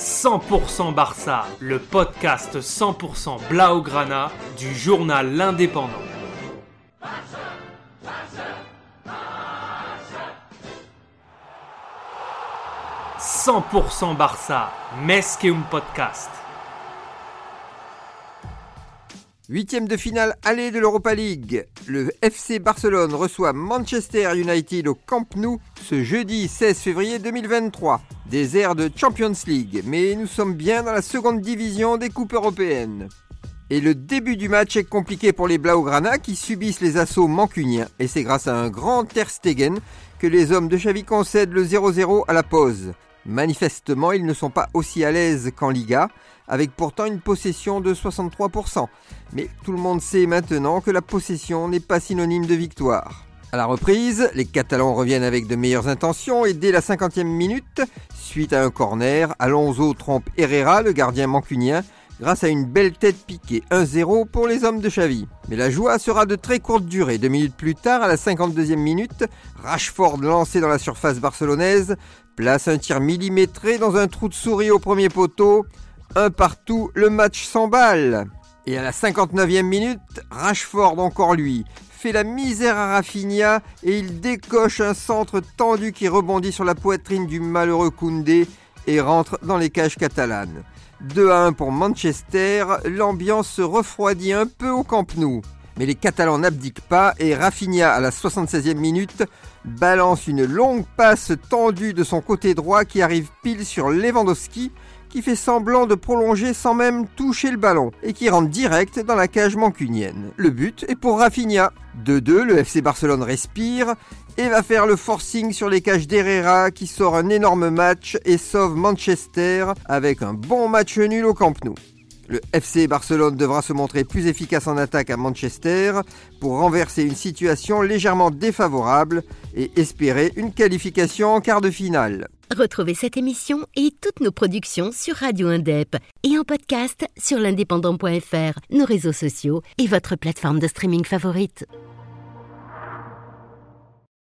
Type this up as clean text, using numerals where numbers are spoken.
100% Barça, le podcast 100% Blaugrana du journal L'Indépendant. 100% Barça, més que un podcast. Huitième de finale aller de l'Europa League. Le FC Barcelone reçoit Manchester United au Camp Nou ce jeudi 16 février 2023. Des airs de Champions League, mais nous sommes bien dans la seconde division des coupes européennes. Et le début du match est compliqué pour les Blaugrana qui subissent les assauts mancuniens. Et c'est grâce à un grand Ter Stegen que les hommes de Xavi concèdent le 0-0 à la pause. Manifestement, ils ne sont pas aussi à l'aise qu'en Liga, avec pourtant une possession de 63%. Mais tout le monde sait maintenant que la possession n'est pas synonyme de victoire. À la reprise, les Catalans reviennent avec de meilleures intentions et dès la 50e minute, suite à un corner, Alonso trompe Herrera, le gardien mancunien, grâce à une belle tête piquée, 1-0 pour les hommes de Xavi. Mais la joie sera de très courte durée. 2 minutes plus tard, à la 52e minute, Rashford, lancé dans la surface barcelonaise, place un tir millimétré dans un trou de souris au premier poteau. Un partout, le match s'emballe. Et à la 59e minute, Rashford, encore lui, fait la misère à Rafinha et il décoche un centre tendu qui rebondit sur la poitrine du malheureux Koundé et rentre dans les cages catalanes. 2-1 pour Manchester, l'ambiance se refroidit un peu au Camp Nou. Mais les Catalans n'abdiquent pas et Rafinha, à la 76e minute, balance une longue passe tendue de son côté droit qui arrive pile sur Lewandowski, qui fait semblant de prolonger sans même toucher le ballon et qui rentre direct dans la cage mancunienne. Le but est pour Rafinha. 2-2, le FC Barcelone respire et va faire le forcing sur les cages d'Herrera qui sort un énorme match et sauve Manchester avec un bon match nul au Camp Nou. Le FC Barcelone devra se montrer plus efficace en attaque à Manchester pour renverser une situation légèrement défavorable et espérer une qualification en quart de finale. Retrouvez cette émission et toutes nos productions sur Radio Indep et en podcast sur l'indépendant.fr, nos réseaux sociaux et votre plateforme de streaming favorite.